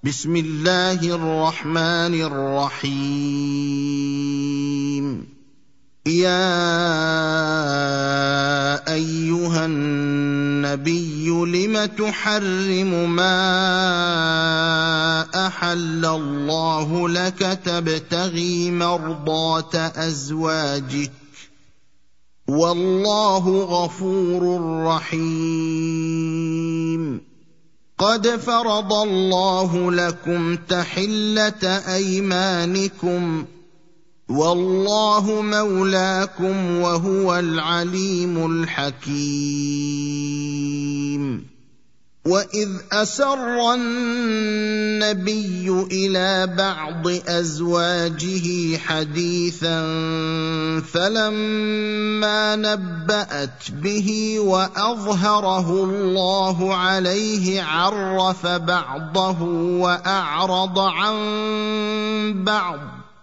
بسم الله الرحمن الرحيم. يا أيها النبي لم تحرم ما أحل الله لك تبتغي مرضات أزواجك والله غفور رحيم. قد فرض الله لكم تحلة أيمانكم والله مولاكم وهو العليم الحكيم. وإذ أسر النبي إلى بعض أزواجه حديثا فلما نبأت به وأظهره الله عليه عرف بعضه وأعرض عن بعض،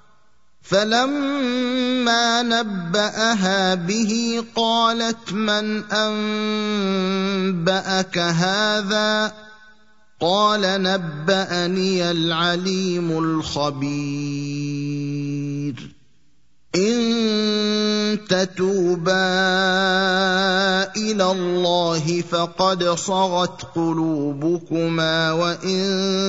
فلما نبأها به قالت من أنبأك هذا؟ قال نبأني العليم الخبير. إن تتوبا إلى الله فقد صغت قلوبكما وإن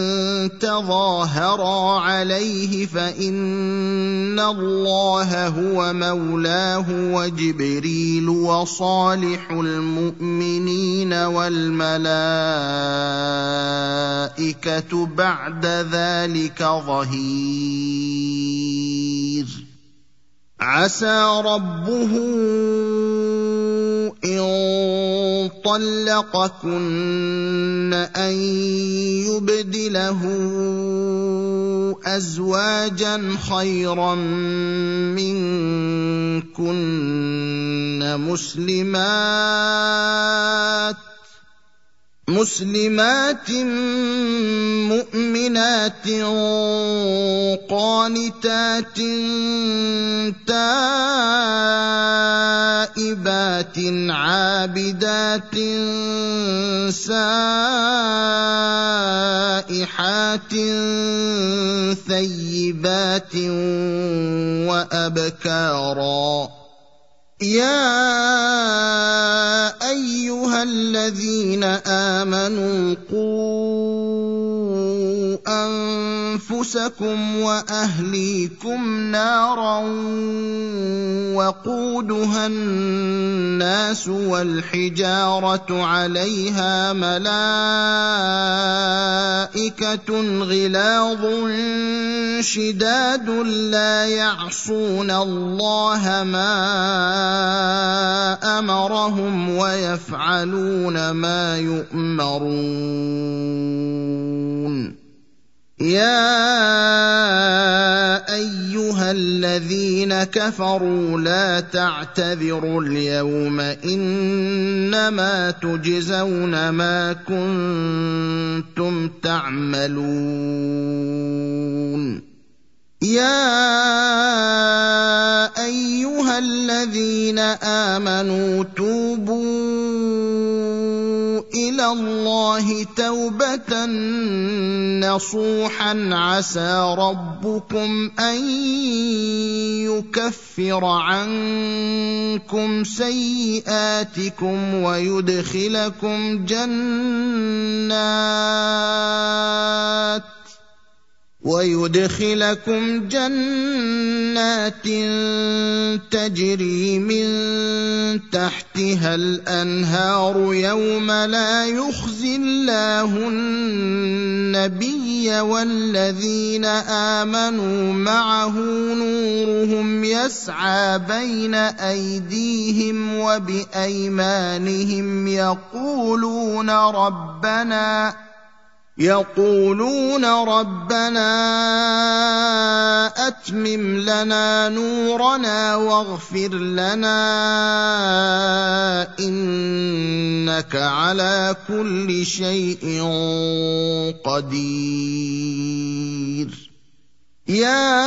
تظاهرا عليه فإن الله هو مولاه وجبريل وصالح المؤمنين والملائكة بعد ذلك ظهير. عسى ربه إن طلقكن أن يبدله أزواجا خيرا منكن مسلمات مؤمنات قانتات تائبات عابدات سائحات ثيبات وأبكارا. يا أيها الذين آمنوا قوا أنفسكم وأهليكم نارا وقودها الناس والحجارة عليها ملائكة غلاظ شداد لا يعصون الله ما أمرهم ويفعلون ما يؤمرون. يا أيها الذين كفروا لا تعتذروا اليوم إنما تجزون ما كنتم تعملون. يا أيها الذين آمنوا توبوا إلى الله توبة نصوحا عسى ربكم أن يكفر عنكم سيئاتكم ويدخلكم جنات تجري من تحتها الأنهار يوم لا يخزي الله النبي والذين آمنوا معه نورهم يسعى بين أيديهم وبأيمانهم يقولون ربنا أتمم لنا نورنا واغفر لنا إنك على كل شيء قدير. يا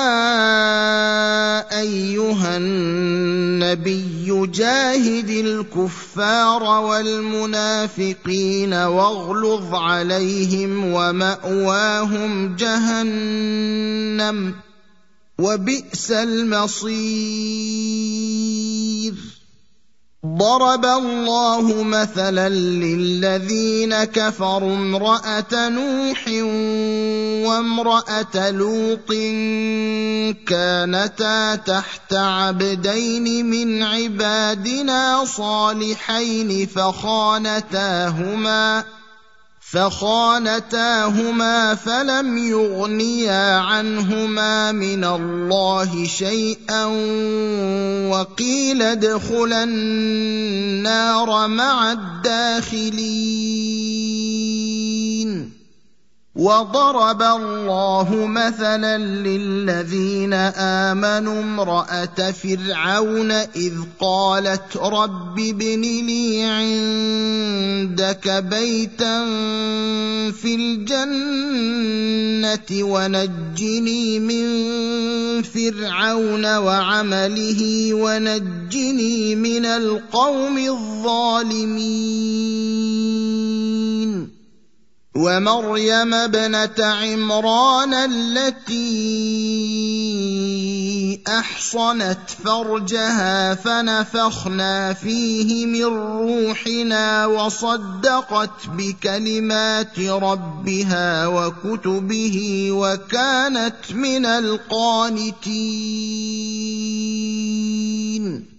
ايها النبي جاهد الكفار والمنافقين واغلظ عليهم ومأواهم جهنم وبئس المصير. ضرب الله مثلا للذين كفروا امرأة نوح وامرأة لوط كانتا تحت عبدين من عبادنا صالحين فخانتاهما فلم يغنيا عنهما من الله شيئا وقيل ادخلا النار مع الداخلين. وضرب الله مثلا للذين آمنوا امرأة فرعون إذ قالت رب ابن لي عندك بيتا في الجنة ونجني من فرعون وعمله ونجني من القوم الظالمين. ومريم ابنة عمران التي أحصنت فرجها فنفخنا فيه من روحنا وصدقت بكلمات ربها وكتبه وكانت من القانتين.